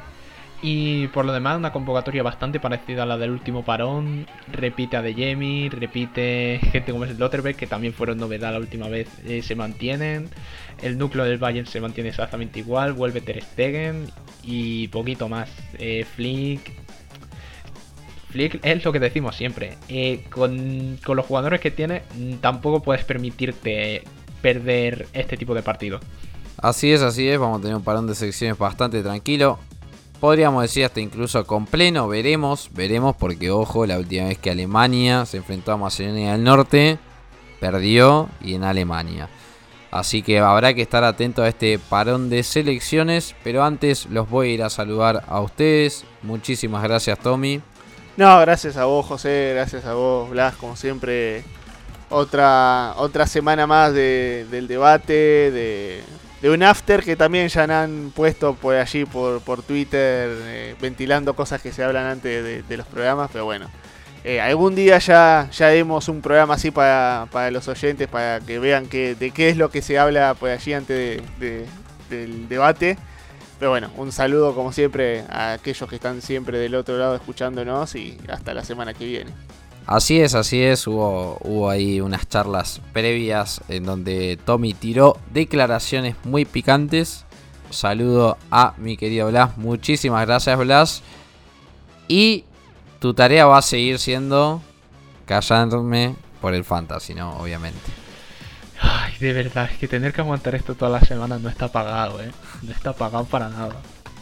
Y por lo demás, una convocatoria bastante parecida a la del último parón. Repite a De Jemi, repite gente como Slotterbeck, que también fueron novedad la última vez, se mantienen. El núcleo del Bayern se mantiene exactamente igual. Vuelve Ter Stegen y poquito más. Flick es lo que decimos siempre. Con los jugadores que tiene, tampoco puedes permitirte perder este tipo de partidos. Así es, vamos a tener un parón de selecciones bastante tranquilo. Podríamos decir hasta incluso con pleno, veremos, porque ojo, la última vez que Alemania se enfrentó a Macedonia del Norte, perdió y en Alemania. Así que habrá que estar atento a este parón de selecciones, pero antes los voy a ir a saludar a ustedes. Muchísimas gracias, Tommy. No, gracias a vos, José, gracias a vos, Blas, como siempre, otra semana más del debate, de un after que también ya han puesto por allí, por Twitter, ventilando cosas que se hablan antes de los programas, pero bueno. Algún día ya haremos un programa así para los oyentes, para que vean de qué es lo que se habla por allí antes del debate. Pero bueno, un saludo como siempre a aquellos que están siempre del otro lado escuchándonos y hasta la semana que viene. Así es, hubo ahí unas charlas previas en donde Tommy tiró declaraciones muy picantes. Saludo a mi querido Blas, muchísimas gracias Blas. Y tu tarea va a seguir siendo callarme por el fantasy, ¿no? Obviamente. Ay, de verdad, es que tener que aguantar esto todas las semanas no está pagado, no está pagado para nada.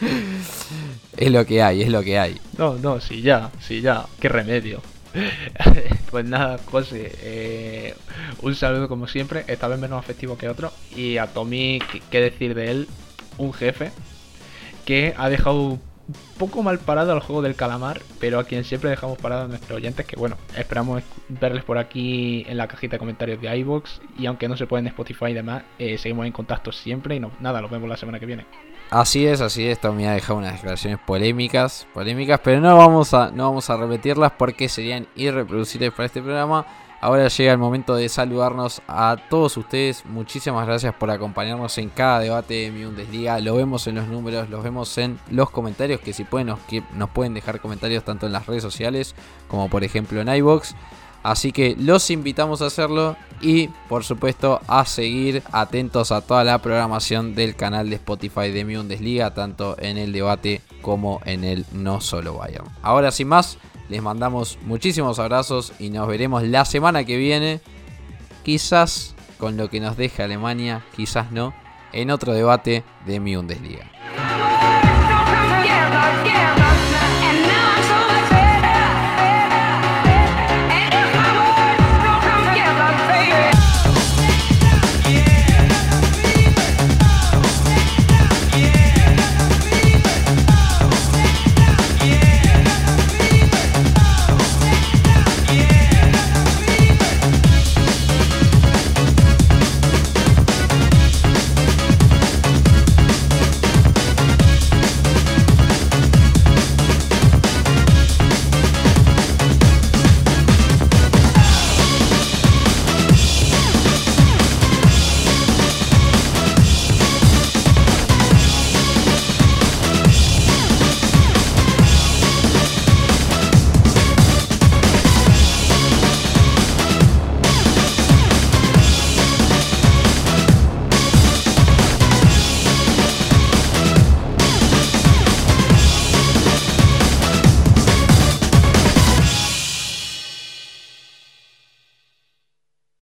Es lo que hay. No, sí ya, qué remedio. Pues nada, José, un saludo como siempre, esta vez menos afectivo que otro. Y a Tommy, qué decir de él, un jefe que ha dejado un poco mal parado al juego del calamar, pero a quien siempre dejamos parado a nuestros oyentes, que bueno, esperamos verles por aquí en la cajita de comentarios de iVoox, y aunque no se puede en Spotify y demás, seguimos en contacto siempre y nada, nos vemos la semana que viene. Así es, Tommy ha dejado unas declaraciones polémicas, pero no vamos a repetirlas porque serían irreproducibles para este programa. Ahora llega el momento de saludarnos a todos ustedes. Muchísimas gracias por acompañarnos en cada debate de mi Bundesliga. Lo vemos en los números, los vemos en los comentarios, que si pueden nos pueden dejar comentarios tanto en las redes sociales como por ejemplo en iVoox. Así que los invitamos a hacerlo y por supuesto a seguir atentos a toda la programación del canal de Spotify de mi Bundesliga, tanto en el debate como en el No Solo Bayern. Ahora sin más, les mandamos muchísimos abrazos y nos veremos la semana que viene, quizás con lo que nos deje Alemania, quizás no, en otro debate de mi Bundesliga.